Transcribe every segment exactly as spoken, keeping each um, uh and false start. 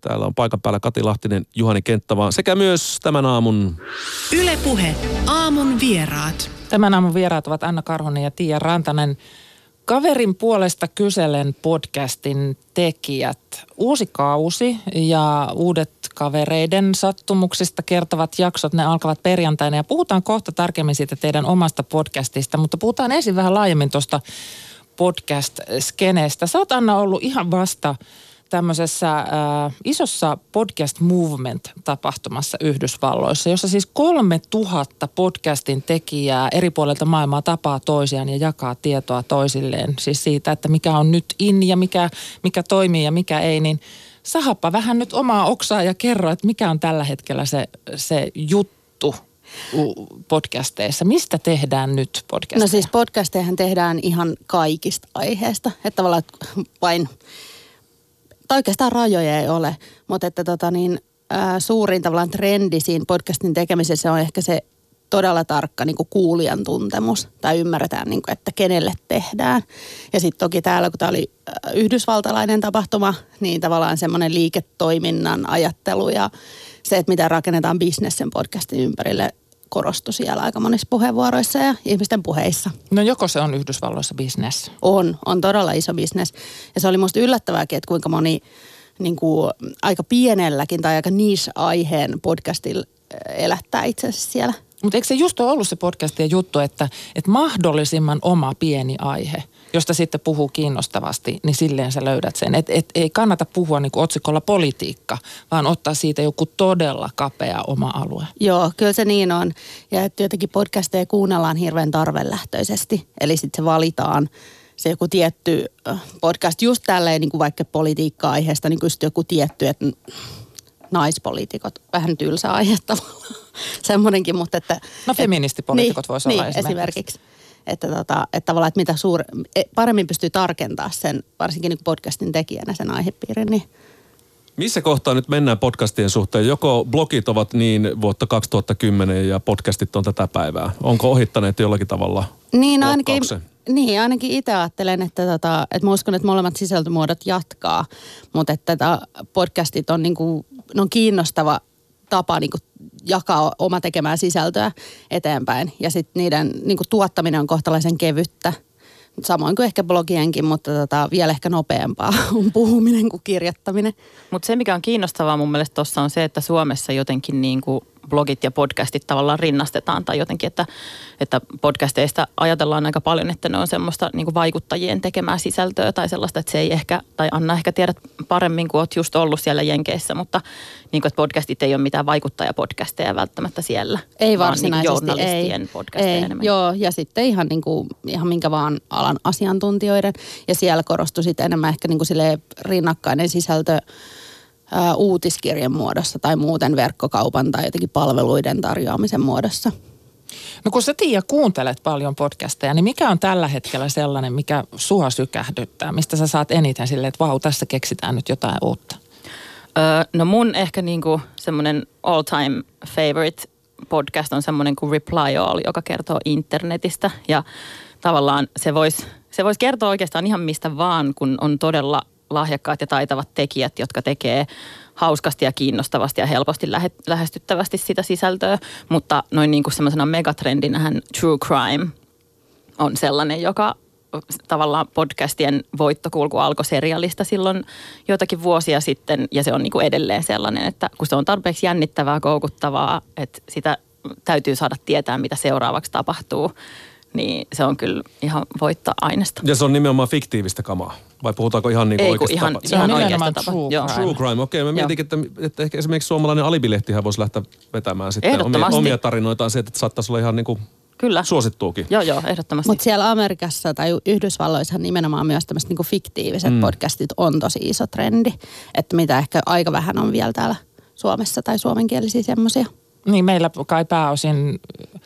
Täällä on paikan päällä Kati Lahtinen, Juhani Kenttävaa sekä myös tämän aamun Yle Puhe, aamun vieraat. Tämän aamun vieraat ovat Anna Karhunen ja Tiia Rantanen. Kaverin puolesta kyselen podcastin tekijät. Uusi kausi ja uudet kavereiden sattumuksista kertovat jaksot, ne alkavat perjantaina ja puhutaan kohta tarkemmin siitä teidän omasta podcastista, mutta puhutaan ensin vähän laajemmin tuosta podcast-skeneestä. Sä oot, Anna, ollut ihan vasta tämmöisessä äh, isossa podcast movement-tapahtumassa Yhdysvalloissa, jossa siis kolme tuhatta podcastin tekijää eri puolilta maailmaa tapaa toisiaan ja jakaa tietoa toisilleen. Siis siitä, että mikä on nyt in ja mikä, mikä toimii ja mikä ei, niin sahappa vähän nyt omaa oksaa ja kerro, että mikä on tällä hetkellä se, se juttu podcasteissa. Mistä tehdään nyt podcasteja? No siis podcastejahan tehdään ihan kaikista aiheista, että tavallaan vain... Tai oikeastaan rajoja ei ole, mutta että tota niin, ää, suurin tavallaan trendi siinä podcastin tekemisessä on ehkä se todella tarkka niin kuin kuulijan tuntemus. Tai ymmärretään, niin kuin, että kenelle tehdään. Ja sitten toki täällä, kun tämä oli ää, yhdysvaltalainen tapahtuma, niin tavallaan semmoinen liiketoiminnan ajattelu ja se, että miten rakennetaan bisnessen podcastin ympärille, korostui siellä aika monissa puheenvuoroissa ja ihmisten puheissa. No joko se on Yhdysvalloissa business? On, on todella iso business. Ja se oli musta yllättävääkin, että kuinka moni niin kuin, aika pienelläkin tai aika niche-aiheen podcastilla elättää itse asiassa siellä. Mutta eikö se just ole ollut se podcastien juttu, että, että mahdollisimman oma pieni aihe, josta sitten puhuu kiinnostavasti, niin silleen sä löydät sen. Et, et, ei kannata puhua niin kuin otsikolla politiikka, vaan ottaa siitä joku todella kapea oma alue. Joo, kyllä se niin on. Ja että jotenkin podcasteja kuunnellaan hirveän tarvelähtöisesti. Eli sitten se valitaan se joku tietty podcast just tälleen niin kuin vaikka politiikka-aiheesta, niin kuin just joku tietty, että naispoliitikot, vähän tylsä aihe tavallaan. Semmoinenkin, mutta että... No feministipoliitikot niin, voisi olla niin, esimerkiksi. esimerkiksi. Että, tota, että tavallaan, että mitä suur, paremmin pystyy tarkentamaan sen, varsinkin niin podcastin tekijänä sen aihepiirin. Niin. Missä kohtaa nyt mennään podcastien suhteen? Joko blogit ovat niin vuotta kaksituhattakymmenen ja podcastit on tätä päivää? Onko ohittaneet jollakin tavalla niin ainakin, niin, ainakin itse ajattelen, että, tota, että mä uskon, että molemmat sisältömuodot jatkaa, mutta että tätä podcastit on, niin kuin, ne on kiinnostava tapa niin kuin jakaa oma tekemää sisältöä eteenpäin. Ja sitten niiden niin kuin tuottaminen on kohtalaisen kevyttä. Samoin kuin ehkä blogienkin, mutta tota, vielä ehkä nopeampaa on puhuminen kuin kirjoittaminen. Mutta se, mikä on kiinnostavaa mun mielestä tuossa on se, että Suomessa jotenkin niin kuin blogit ja podcastit tavallaan rinnastetaan. Tai jotenkin, että, että podcasteista ajatellaan aika paljon, että ne on semmoista niin kuin vaikuttajien tekemää sisältöä tai sellaista, että se ei ehkä, tai Anna ehkä tiedät paremmin, kun oot just ollut siellä Jenkeissä, mutta niin kuin, että podcastit ei ole mitään vaikuttajapodcasteja välttämättä siellä. Ei varsinaisesti, vaan niin journalistien ei. podcasteja ei, enemmän. Joo, ja sitten ihan, niin kuin, ihan minkä vaan alan asiantuntijoiden. Ja siellä korostui sitten enemmän ehkä niin kuin silleen rinnakkainen sisältö ää, uutiskirjan muodossa tai muuten verkkokaupan tai jotenkin palveluiden tarjoamisen muodossa. No kun sä, Tiia, kuuntelet paljon podcasteja, niin mikä on tällä hetkellä sellainen, mikä sua sykähdyttää? Mistä sä saat eniten silleen, että vau, tässä keksitään nyt jotain uutta? Öö, no mun ehkä niinku semmoinen all time favorite podcast on semmoinen kuin Reply All, joka kertoo internetistä. Ja tavallaan se voisi se vois kertoa oikeastaan ihan mistä vaan, kun on todella lahjakkaat ja taitavat tekijät, jotka tekee hauskasti ja kiinnostavasti ja helposti lähe, lähestyttävästi sitä sisältöä. Mutta noin niin kuin semmoisena megatrendinähän true crime on sellainen, joka tavallaan podcastien voittokulku alkoi serialista silloin joitakin vuosia sitten. Ja se on niin kuin edelleen sellainen, että kun se on tarpeeksi jännittävää, koukuttavaa, että sitä täytyy saada tietää, mitä seuraavaksi tapahtuu. Niin se on kyllä ihan voittoainesta. Ja se on nimenomaan fiktiivistä kamaa? Vai puhutaanko ihan niin kuin oikeasta ihan, tapasta? ihan Se on oikeasta true tapasta. crime. True crime, okei. Okay. Mä mietinkin, että, että ehkä esimerkiksi suomalainen Alibilehtihän voisi lähteä vetämään sitten omia, omia tarinoitaan se, että saattaisi olla ihan niin kuin kyllä suosittuukin. Joo, joo, ehdottomasti. Mutta siellä Amerikassa tai Yhdysvalloissa nimenomaan myös tämmöiset niinku fiktiiviset mm. podcastit on tosi iso trendi. Että mitä ehkä aika vähän on vielä täällä Suomessa tai suomenkielisiä semmoisia. Niin meillä kai pääosin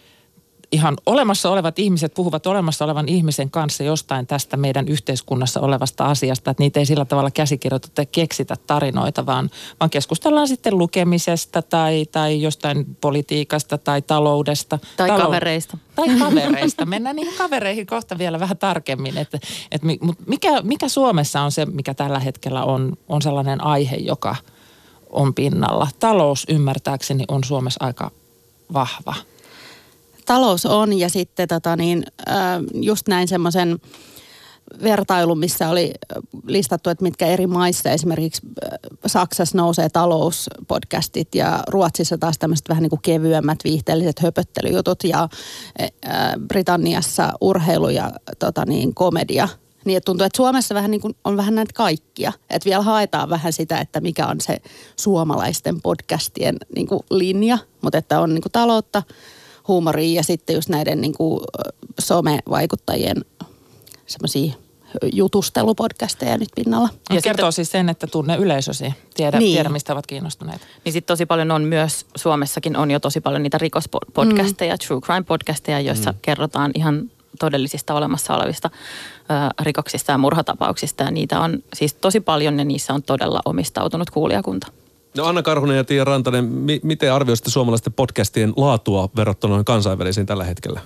ihan olemassa olevat ihmiset puhuvat olemassa olevan ihmisen kanssa jostain tästä meidän yhteiskunnassa olevasta asiasta, että niitä ei sillä tavalla käsikirjoiteta tai keksitä tarinoita, vaan, vaan keskustellaan sitten lukemisesta tai, tai jostain politiikasta tai taloudesta. Tai Talou- kavereista. Tai kavereista. Mennään niihin kavereihin kohta vielä vähän tarkemmin. Että, että mikä, mikä Suomessa on se, mikä tällä hetkellä on, on sellainen aihe, joka on pinnalla. Talous ymmärtääkseni on Suomessa aika vahva. Talous on ja sitten tota niin, just näin semmoisen vertailun, missä oli listattu, että mitkä eri maissa, esimerkiksi Saksassa nousee talouspodcastit ja Ruotsissa taas tämmöiset vähän niin kuin kevyemmät viihteelliset höpöttelyjutut ja Britanniassa urheilu ja tota niin, komedia. Niin, että tuntuu, että Suomessa vähän niin kuin on vähän näitä kaikkia. Että vielä haetaan vähän sitä, että mikä on se suomalaisten podcastien niin kuin linja, mutta että on niin kuin taloutta, huumoria ja sitten just näiden niin kuin somevaikuttajien semmoisia jutustelupodcasteja nyt pinnalla. Ja, ja kertoo siis sen, että tunne yleisösi, tiedä, niin. tiedä mistä ovat kiinnostuneet. Niin sitten tosi paljon on myös, Suomessakin on jo tosi paljon niitä rikospodcasteja, mm. true crime podcasteja, joissa mm. kerrotaan ihan todellisista olemassa olevista ö, rikoksista ja murhatapauksista. Ja niitä on siis tosi paljon ja niissä on todella omistautunut kuulijakunta. No Anna Karhunen ja Tiia Rantanen, mi- miten arvioisitte suomalaisten podcastien laatua verrattuna kansainvälisiin tällä hetkellä?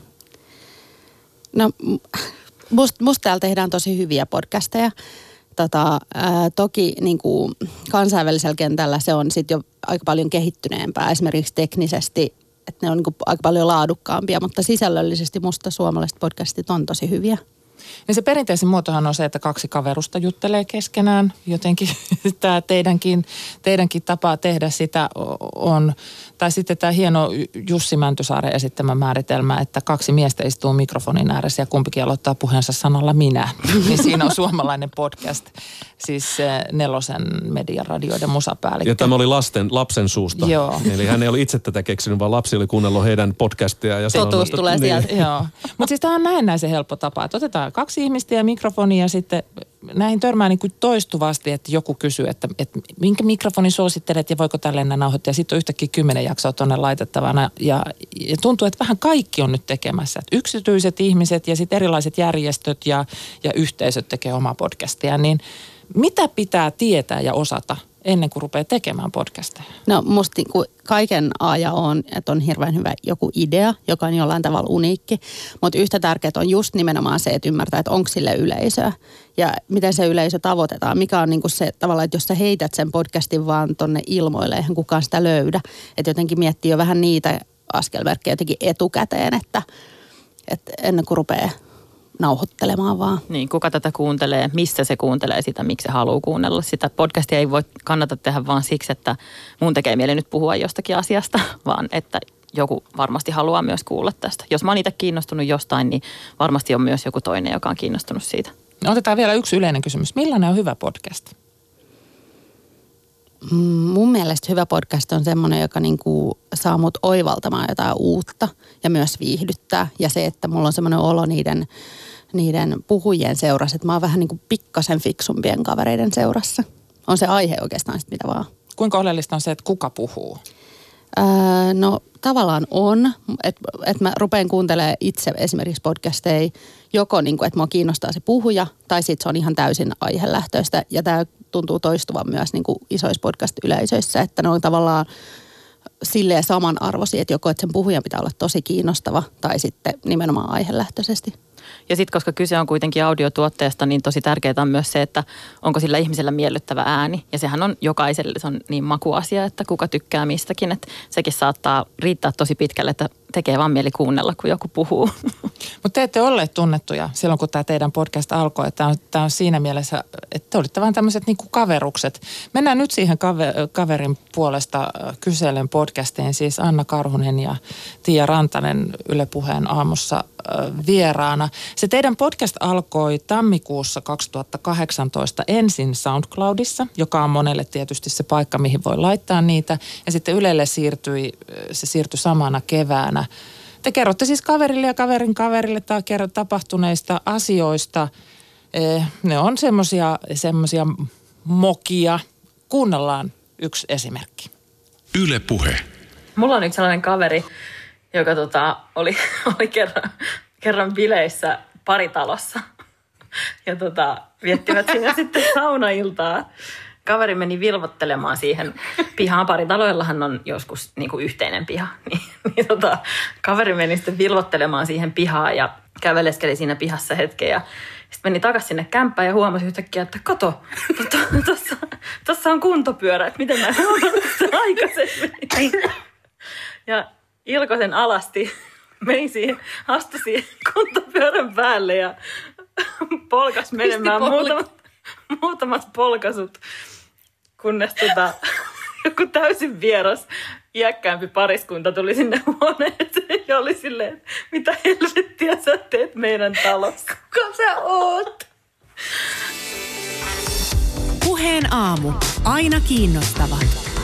No musta must täällä tehdään tosi hyviä podcasteja. Tota, ää, toki niin kuin kansainvälisellä kentällä se on sitten jo aika paljon kehittyneempää esimerkiksi teknisesti, että ne on niin kuin aika paljon laadukkaampia, mutta sisällöllisesti musta suomalaiset podcastit on tosi hyviä. Ja se perinteisin muotohan on se, että kaksi kaverusta juttelee keskenään. Jotenkin tämä teidänkin, teidänkin tapa tehdä sitä on. Tai sitten tämä hieno Jussi Mäntysaaren esittämä määritelmä, että kaksi miestä istuu mikrofonin ääressä ja kumpikin aloittaa puheensa sanalla minä. Niin siinä on suomalainen podcast, siis Nelosen mediaradioiden musapäällikkö. Ja tämä oli lasten, lapsen suusta. Joo. Eli hän ei ole itse tätä keksinyt, vaan lapsi oli kuunnellut heidän podcastia. Ja totuus tulee niin. sieltä. Joo. Mutta siis tämä on näennäisen helppo tapa, että otetaan kaksi ihmistä ja mikrofoni ja sitten näihin törmää niin kuin toistuvasti, että joku kysyy, että, että minkä mikrofonin suosittelet ja voiko tälleen nauhoittaa. Ja sitten on yhtäkkiä kymmenen jaksoa tuonne laitettavana ja, ja tuntuu, että vähän kaikki on nyt tekemässä. Että yksityiset ihmiset ja sitten erilaiset järjestöt ja, ja yhteisöt tekee omaa podcastia. Niin mitä pitää tietää ja osata ennen kuin rupeaa tekemään podcasteja? No musta niinku kaiken A ja O on, että on hirveän hyvä joku idea, joka on jollain tavalla uniikki. Mutta yhtä tärkeää on just nimenomaan se, että ymmärtää, että onko sille yleisöä. Ja miten se yleisö tavoitetaan. Mikä on niinku se tavallaan, että jos sä heität sen podcastin vaan tonne ilmoille, eihän kukaan sitä löydä. Että jotenkin miettii jo vähän niitä askelmerkkejä jotenkin etukäteen, että, että ennen kuin rupeaa nauhoittelemaan vaan. Niin, kuka tätä kuuntelee, missä se kuuntelee sitä, miksi se haluaa kuunnella sitä. Podcastia ei voi kannata tehdä vaan siksi, että mun tekee mieli nyt puhua jostakin asiasta, vaan että joku varmasti haluaa myös kuulla tästä. Jos mä oon itse kiinnostunut jostain, niin varmasti on myös joku toinen, joka on kiinnostunut siitä. Otetaan vielä yksi yleinen kysymys. Millainen on hyvä podcast? Mun mielestä hyvä podcast on semmoinen, joka niinku saa mut oivaltamaan jotain uutta ja myös viihdyttää. Ja se, että mulla on semmoinen olo niiden, niiden puhujien seurassa, että mä oon vähän niin kuin pikkasen fiksumpien kavereiden seurassa. On se aihe oikeastaan sitten mitä vaan. Kuinka oleellista on se, että kuka puhuu? Öö, no tavallaan on, että et mä rupean kuuntelemaan itse esimerkiksi podcasteja joko niin kuin, että mua kiinnostaa se puhuja tai sitten se on ihan täysin aihelähtöistä ja tämä tuntuu toistuvan myös niin kuin isoissa podcast-yleisöissä, että ne on tavallaan silleen samanarvoisia, että joko että sen puhujan pitää olla tosi kiinnostava tai sitten nimenomaan aihelähtöisesti. Ja sitten koska kyse on kuitenkin audiotuotteesta, niin tosi tärkeää on myös se, että onko sillä ihmisellä miellyttävä ääni. Ja sehän on jokaiselle, se on niin makuasia, että kuka tykkää mistäkin. Että sekin saattaa riittää tosi pitkälle, että tekee vaan mieli kuunnella, kun joku puhuu. Mutta te ette olleet tunnettuja silloin, kun tämä teidän podcast alkoi. Tämä on, tämä on siinä mielessä, että te olitte vaan tämmöiset niinku kaverukset. Mennään nyt siihen kaver, kaverin puolesta kyselen podcastiin. Siis Anna Karhunen ja Tiia Rantanen Yle Puheen aamussa vieraana. Se teidän podcast alkoi tammikuussa kaksituhattakahdeksantoista ensin SoundCloudissa, joka on monelle tietysti se paikka, mihin voi laittaa niitä. Ja sitten Ylelle siirtyi, se siirtyi samana keväänä. Te kerrotte siis kaverille ja kaverin kaverille tai kerrot tapahtuneista asioista. Ne on semmoisia semmoisia mokia. Kuunnellaan yksi esimerkki. Yle Puhe. Mulla on yksi sellainen kaveri, joka tota, oli, oli kerran, kerran bileissä paritalossa. Ja tota, viettivät siinä sitten saunailtaa. Kaveri meni vilvottelemaan siihen pihaan. Paritaloillahan on joskus niin kuin yhteinen piha. Niin, niin tota, kaveri meni sitten vilvottelemaan siihen pihaan ja käveleskeli siinä pihassa hetken. Ja sitten meni takaisin sinne kämppään ja huomasi yhtäkkiä, että kato, tossa, tossa on kuntopyörä, että miten mä huomannut aikaisemmin. Ja Ilko sen alasti, meni siihen, astui siihen kuntopyörän päälle ja polkas menemään muutamat, muutamat polkasut, kunnes tota, joku täysin vieras iäkkäämpi pariskunta tuli sinne huoneeseen ja oli silleen, että mitä helvettiä sä teet meidän talossa? Kuka sä oot? Puheen aamu. Aina kiinnostava.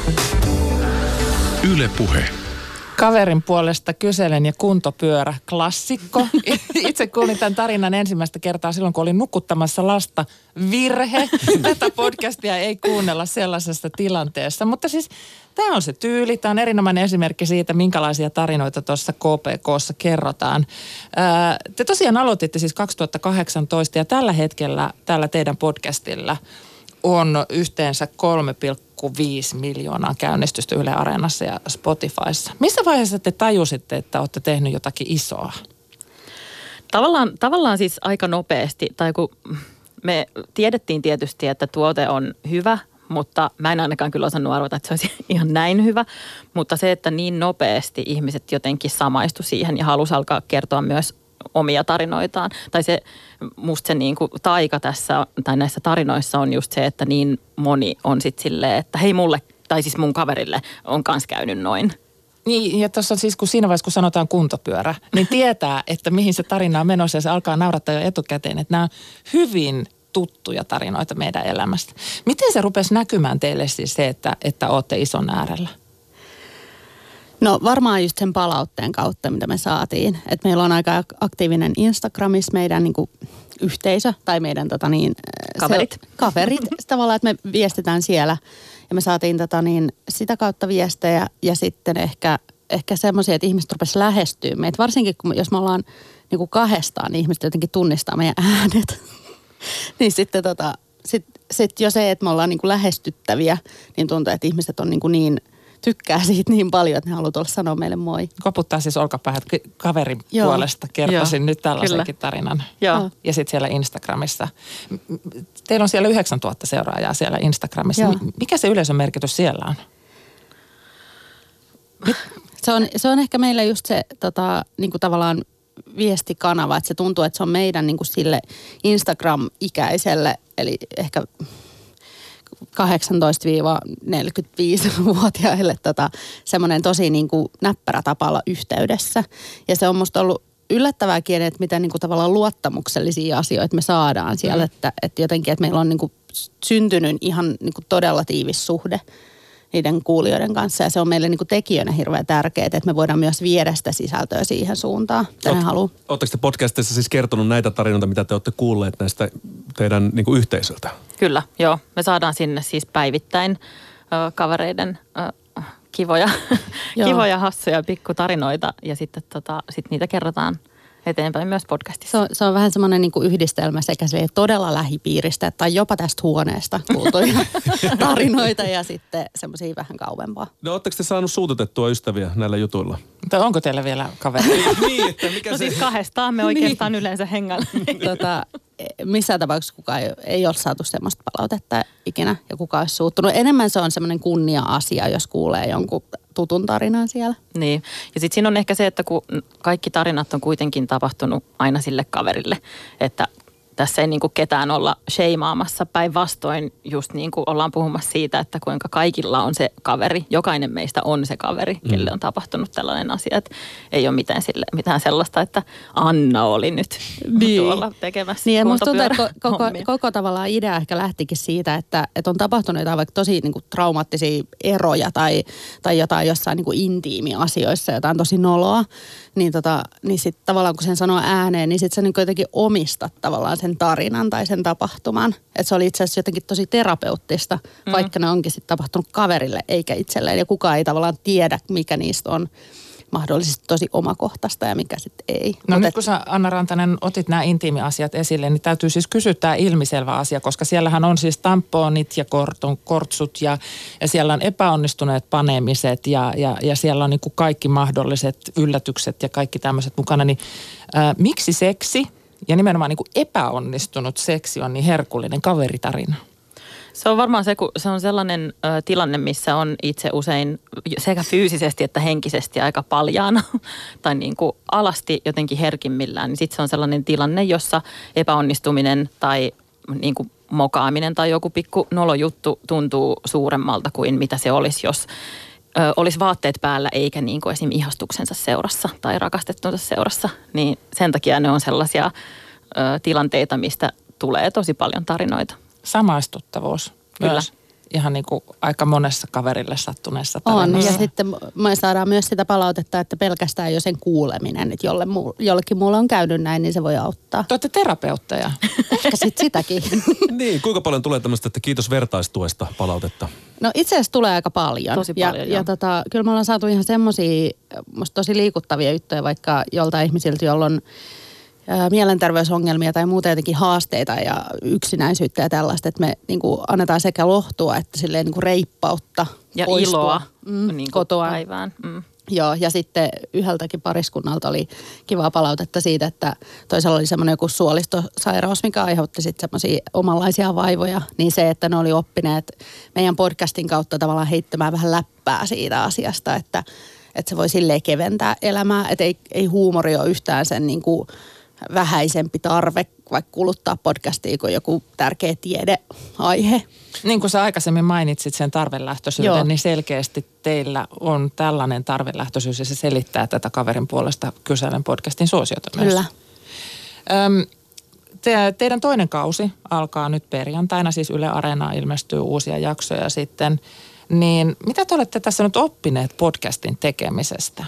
Yle Puhe. Kaverin puolesta kyselen ja kuntopyörä, klassikko. Itse kuulin tämän tarinan ensimmäistä kertaa silloin, kun olin nukuttamassa lasta. Virhe. Tätä podcastia ei kuunnella sellaisessa tilanteessa. Mutta siis tämä on se tyyli. Tämä on erinomainen esimerkki siitä, minkälaisia tarinoita tuossa K P K:ssa kerrotaan. Ää, te tosiaan aloititte siis kaksituhattakahdeksantoista ja tällä hetkellä tällä teidän podcastilla on yhteensä kolme pilkku viisi miljoonaa käynnistystä Yle Areenassa ja Spotifyssa. Missä vaiheessa te tajusitte, että olette tehnyt jotakin isoa? Tavallaan, tavallaan siis aika nopeasti, tai kun me tiedettiin tietysti, että tuote on hyvä, mutta mä en ainakaan kyllä osannut arvata, että se olisi ihan näin hyvä. Mutta se, että niin nopeasti ihmiset jotenkin samaistu siihen ja halusi alkaa kertoa myös omia tarinoitaan. Tai se, musta se niin kuin taika tässä, tai näissä tarinoissa on just se, että niin moni on sitten silleen, että hei mulle, tai siis mun kaverille on kans käynyt noin. Niin, ja tuossa siis kun siinä vaiheessa, kun sanotaan kuntopyörä, niin tietää, että mihin se tarina on menossa ja se alkaa naurattaa jo etukäteen, että nämä on hyvin tuttuja tarinoita meidän elämästä. Miten se rupesi näkymään teille siis se, että, että olette ison äärellä? No varmaan just sen palautteen kautta, mitä me saatiin. Että meillä on aika aktiivinen Instagramissa meidän niin kuin yhteisö tai meidän tota niin, kaverit. Se, kaverit tavallaan, että me viestitään siellä. Ja me saatiin tota niin, sitä kautta viestejä ja sitten ehkä, ehkä semmoisia, että ihmiset rupesivat lähestyä meitä. Varsinkin, kun, jos me ollaan niin kuin kahdestaan, niin ihmiset jotenkin tunnistaa meidän äänet. niin sitten tota, sit, sit jo se, että me ollaan niin kuin lähestyttäviä, niin tuntuu, että ihmiset on niin kuin niin... tykkää siitä niin paljon, että ne haluaa tulla sanoa meille moi. Koputtaa siis olkapäähän, että kaverin Joo. puolesta kertoisin Joo. nyt tällaisenkin Kyllä. tarinan. Joo. Ja sitten siellä Instagramissa. Teillä on siellä yhdeksäntuhatta seuraajaa siellä Instagramissa. Joo. Mikä se yleisön merkitys siellä on? Se on, se on ehkä meillä just se tota, niin kuin tavallaan viestikanava, että se tuntuu, että se on meidän niin kuin sille Instagram-ikäiselle, eli ehkä kahdeksantoista neljäkymmentäviisi-vuotiaille tota, semmoinen tosi niin kuin näppärä tapa olla yhteydessä. Ja se on musta ollut yllättävääkin, että miten niin kuin tavallaan luottamuksellisia asioita me saadaan siellä. Mm. Että, että jotenkin, että meillä on niin kuin syntynyt ihan niin kuin todella tiivis suhde niiden kuulijoiden kanssa. Ja se on meille niin kuin tekijöinä hirveän tärkeää, että me voidaan myös viedä sitä sisältöä siihen suuntaan, mitä ne haluaa. Oletteko te podcastissa siis kertonut näitä tarinoita, mitä te olette kuulleet näistä teidän niin kuin yhteisöltä? Kyllä, joo. Me saadaan sinne siis päivittäin ö, kavereiden ö, kivoja, kivoja, hassuja pikkutarinoita ja sitten tota, sit niitä kerrotaan eteenpäin myös podcastissa. Se on, se on vähän semmoinen niin kuin yhdistelmä sekä todella lähipiiristä tai jopa tästä huoneesta kuultuja tarinoita ja sitten semmoisia vähän kauempaa. No ootteko te saanut suututettua ystäviä näillä jutuilla? Mutta onko teillä vielä kavereita? niin, että mikä no se... siis kahdestaan me oikeastaan niin. Yleensä hengällä. tota, missään tapauksessa kukaan ei, ei ole saatu semmoista palautetta ikinä ja kukaan olisi suuttunut. Enemmän se on semmoinen kunnia-asia, jos kuulee jonkun tutun tarinan siellä. Niin. Ja sitten siinä on ehkä se, että kun kaikki tarinat on kuitenkin tapahtunut aina sille kaverille, että tässä ei niinku ketään olla sheimaamassa, päinvastoin just niin kuin ollaan puhumassa siitä, että kuinka kaikilla on se kaveri. Jokainen meistä on se kaveri, mm. kelle on tapahtunut tällainen asia, että ei ole mitään, sille, mitään sellaista, että Anna oli nyt niin. tuolla tekemässä niin, ja musta tuntuu, että koko, koko tavallaan idea ehkä lähtikin siitä, että, että on tapahtunut jotain vaikka tosi niin kuin traumaattisia eroja tai, tai jotain jossain niin kuin intiimi asioissa, jotain tosi noloa. Niin, tota, niin sitten tavallaan kun sen sanoo ääneen, niin sitten sä niin jotenkin omistat tavallaan sen tarinan tai sen tapahtuman. Että se oli itse asiassa jotenkin tosi terapeuttista, mm. vaikka ne onkin sitten tapahtunut kaverille eikä itselleen. Ja kukaan ei tavallaan tiedä, mikä niistä on mahdollisesti tosi omakohtaista ja mikä sitten ei. No Mut nyt et... kun sä, Anna Rantanen, otit nämä intiimiasiat esille, niin täytyy siis kysyä tämä ilmiselvä asia, koska siellähän on siis tamponit ja korton, kortsut ja, ja siellä on epäonnistuneet panemiset ja, ja, ja siellä on niin kuin kaikki mahdolliset yllätykset ja kaikki tämmöiset mukana. Niin, ää, miksi seksi ja nimenomaan niin kuin epäonnistunut seksi on niin herkullinen kaveritarina? Se on varmaan se, kun se on sellainen ö, tilanne, missä on itse usein sekä fyysisesti että henkisesti aika paljaana tai niin kuin alasti jotenkin herkimmillään. Niin sitten se on sellainen tilanne, jossa epäonnistuminen tai niin kuin mokaaminen tai joku pikku nolojuttu tuntuu suuremmalta kuin mitä se olisi, jos ö, olisi vaatteet päällä eikä niin kuin esim. Ihastuksensa seurassa tai rakastettunsa seurassa. Niin sen takia ne on sellaisia ö, tilanteita, mistä tulee tosi paljon tarinoita. Samaistuttavuus Kyllä. myös ihan niin kuin aika monessa kaverille sattuneessa On, tarinassa. ja sitten me saadaan myös sitä palautetta, että pelkästään jo sen kuuleminen, että jolle muu, jollekin muulle on käynyt näin, niin se voi auttaa. Te olette terapeutteja. Ehkä sitten sitäkin. Niin, kuinka paljon tulee tämmöistä, että kiitos vertaistuesta palautetta? No itse asiassa tulee aika paljon. Tosi paljon, ja, ja tota, kyllä me ollaan saatu ihan semmoisia musta tosi liikuttavia juttuja vaikka joltain ihmisiltä, jolla on ää, mielenterveysongelmia tai muuta jotenkin haasteita ja yksinäisyyttä ja tällaista, että me niin kuin annetaan sekä lohtua että silleen niin kuin reippautta Ja poistua, iloa mm, niin kuin kotoa. päivään. Mm. Joo, ja sitten yhdeltäkin pariskunnalta oli kivaa palautetta siitä, että toisella oli semmoinen joku suolistosairaus, mikä aiheutti sitten semmoisia omanlaisia vaivoja. Niin se, että ne oli oppineet meidän podcastin kautta tavallaan heittämään vähän läppää siitä asiasta, että, että se voi silleen keventää elämää. Että ei, ei huumori ole yhtään sen niin kuin vähäisempi tarve, vaikka kuluttaa podcastia kuin joku tärkeä tiedeaihe. Niin kuin sä aikaisemmin mainitsit sen tarvelähtöisyyden, Joo. niin selkeästi teillä on tällainen tarvelähtöisyys ja se selittää tätä kaverin puolesta kyselen podcastin suosiota myös. Kyllä. Öm, te, teidän toinen kausi alkaa nyt perjantaina, siis Yle Areenaan ilmestyy uusia jaksoja sitten. Niin mitä te olette tässä nyt oppineet podcastin tekemisestä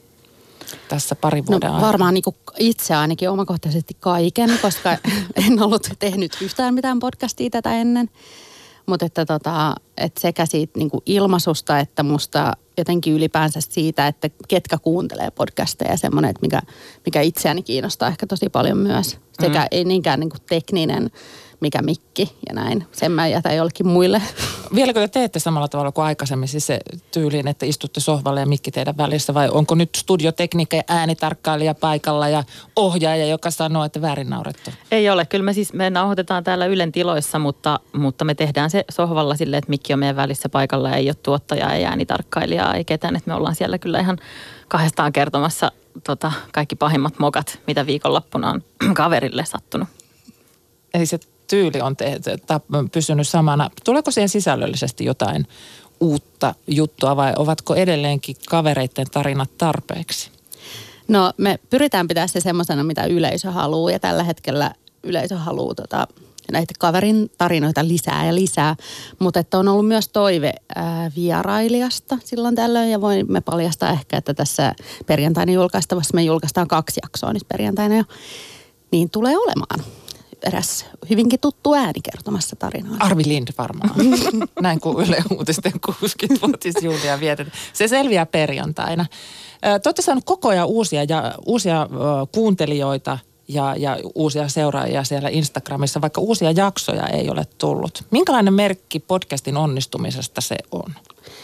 tässä parin vuoden No aikana? varmaan niin kuin itse ainakin omakohtaisesti kaiken, koska en ollut tehnyt yhtään mitään podcastia tätä ennen. Mutta että, tota, että sekä siitä niin kuin ilmaisusta, että musta jotenkin ylipäänsä siitä, että ketkä kuuntelee podcasteja, semmoinen, että mikä, mikä itseäni kiinnostaa ehkä tosi paljon myös. Sekä mm. ei niinkään niin kuin tekninen, mikä mikki ja näin. Sen mä jätän jollekin muille. Vieläkö te teette samalla tavalla kuin aikaisemmin, siis se tyyliin, että istutte sohvalle ja mikki teidän välissä, vai onko nyt studiotekniikka ja äänitarkkailija paikalla ja ohjaaja, joka sanoo, että väärin naurettu? Ei ole. Kyllä me siis me nauhoitetaan täällä Ylen tiloissa, mutta, mutta me tehdään se sohvalla silleen, että mikki on meidän välissä paikalla ja ei ole tuottajaa, ei äänitarkkailijaa, ei ketään. Että me ollaan siellä kyllä ihan kahdestaan kertomassa tota, kaikki pahimmat mokat, mitä viikonloppuna on kaverille sattunut. Eli se tyyli on te, te, te, pysynyt samana. Tuleeko siihen sisällöllisesti jotain uutta juttua vai ovatko edelleenkin kavereiden tarinat tarpeeksi? No me pyritään pitää se semmoisena, mitä yleisö haluaa ja tällä hetkellä yleisö haluaa tota, näitä kaverin tarinoita lisää ja lisää. Mutta että on ollut myös toive ää, vierailijasta silloin tällöin ja voimme paljastaa ehkä, että tässä perjantaina julkaistavassa me julkaistaan kaksi jaksoa nyt perjantaina jo, niin tulee olemaan eräs hyvinkin tuttu ääni kertomassa tarinaa. Arvi Lind varmaan. Näin kuin Yle Uutisten kuusikymmenvuotisjuhlia vietetään. Se selviää perjantaina. Te olette saaneet koko ajan uusia, ja, uusia kuuntelijoita ja, ja uusia seuraajia siellä Instagramissa, vaikka uusia jaksoja ei ole tullut. Minkälainen merkki podcastin onnistumisesta se on?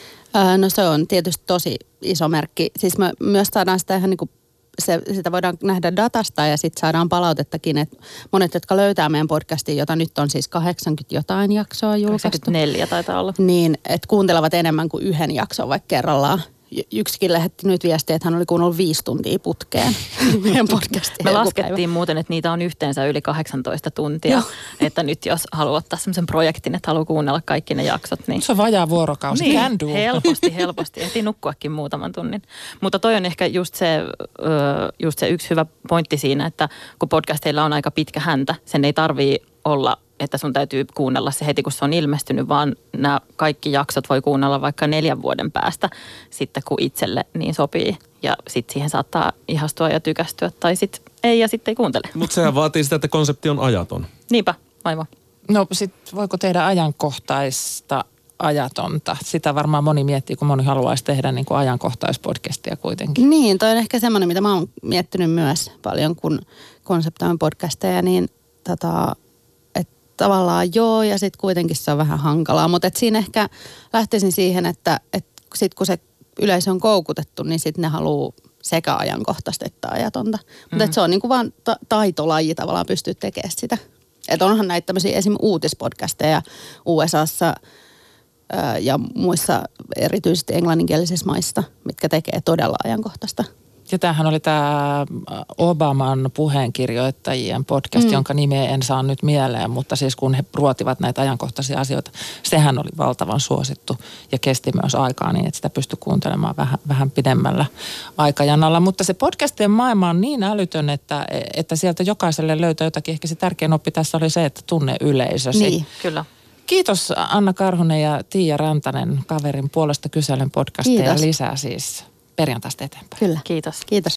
No se on tietysti tosi iso merkki. Siis me myös saadaan sitä ihan niin kuin Se, sitä voidaan nähdä datasta ja sitten saadaan palautettakin, että monet, jotka löytää meidän podcastin, jota nyt on siis kahdeksankymmentä jotain jaksoa julkaistu. kahdeksankymmentäneljä taitaa olla. Niin, että kuuntelevat enemmän kuin yhden jakson vaikka kerrallaan. Y- yksikin lähetti nyt viestiä, että hän oli kuunnellut viisi tuntia putkeen meidän podcastia. Me laskettiin muuten, että niitä on yhteensä yli kahdeksantoista tuntia. Joo. Että nyt jos haluaa ottaa semmoisen projektin, että haluaa kuunnella kaikki ne jaksot, niin... Se on vajaa vuorokausi. Niin, Can do. helposti, helposti. Ehtii nukkuakin muutaman tunnin. Mutta toi on ehkä just se, just se yksi hyvä pointti siinä, että kun podcasteilla on aika pitkä häntä, sen ei tarvii olla, että sun täytyy kuunnella se heti, kun se on ilmestynyt, vaan nämä kaikki jaksot voi kuunnella vaikka neljän vuoden päästä sitten, kun itselle niin sopii. Ja sitten siihen saattaa ihastua ja tykästyä, tai sitten ei ja sitten ei kuuntele. Mutta sehän vaatii sitä, että konsepti on ajaton. Niinpä, aivan. No sit voiko tehdä ajankohtaista ajatonta? Sitä varmaan moni miettii, kun moni haluaisi tehdä niin kuin ajankohtaispodcastia kuitenkin. Niin, toi on ehkä semmoinen, mitä mä oon miettinyt myös paljon, kun konseptoin podcasteja, niin tota, että tavallaan joo, ja sitten kuitenkin se on vähän hankalaa. Mutta siinä ehkä lähtisin siihen, että et sitten kun se yleisö on koukutettu, niin sitten ne haluaa sekä ajankohtaista että ajatonta. Mutta mm. se on niin kuin vaan ta- taitolaji tavallaan pystyä tekemään sitä. Että onhan näitä tämmöisiä esim. Uutispodcasteja U S A:ssa ää, ja muissa erityisesti englanninkielisissä maissa, mitkä tekee todella ajankohtaista. Ja tämähän oli tämä Obaman puheenkirjoittajien podcast, mm. jonka nimeä en saa nyt mieleen, mutta siis kun he ruotivat näitä ajankohtaisia asioita, sehän oli valtavan suosittu ja kesti myös aikaa niin, että sitä pystyi kuuntelemaan vähän, vähän pidemmällä aikajanalla. Mutta se podcastien maailma on niin älytön, että, että sieltä jokaiselle löytää jotakin. Ehkä se tärkein oppi tässä oli se, että tunne yleisösi. Niin, kyllä. Kiitos Anna Karhunen ja Tiia Rantanen kaverin puolesta kyselen podcastia. Kiitos. Lisää siis perjantaista eteenpäin. Kyllä. Kiitos. Kiitos.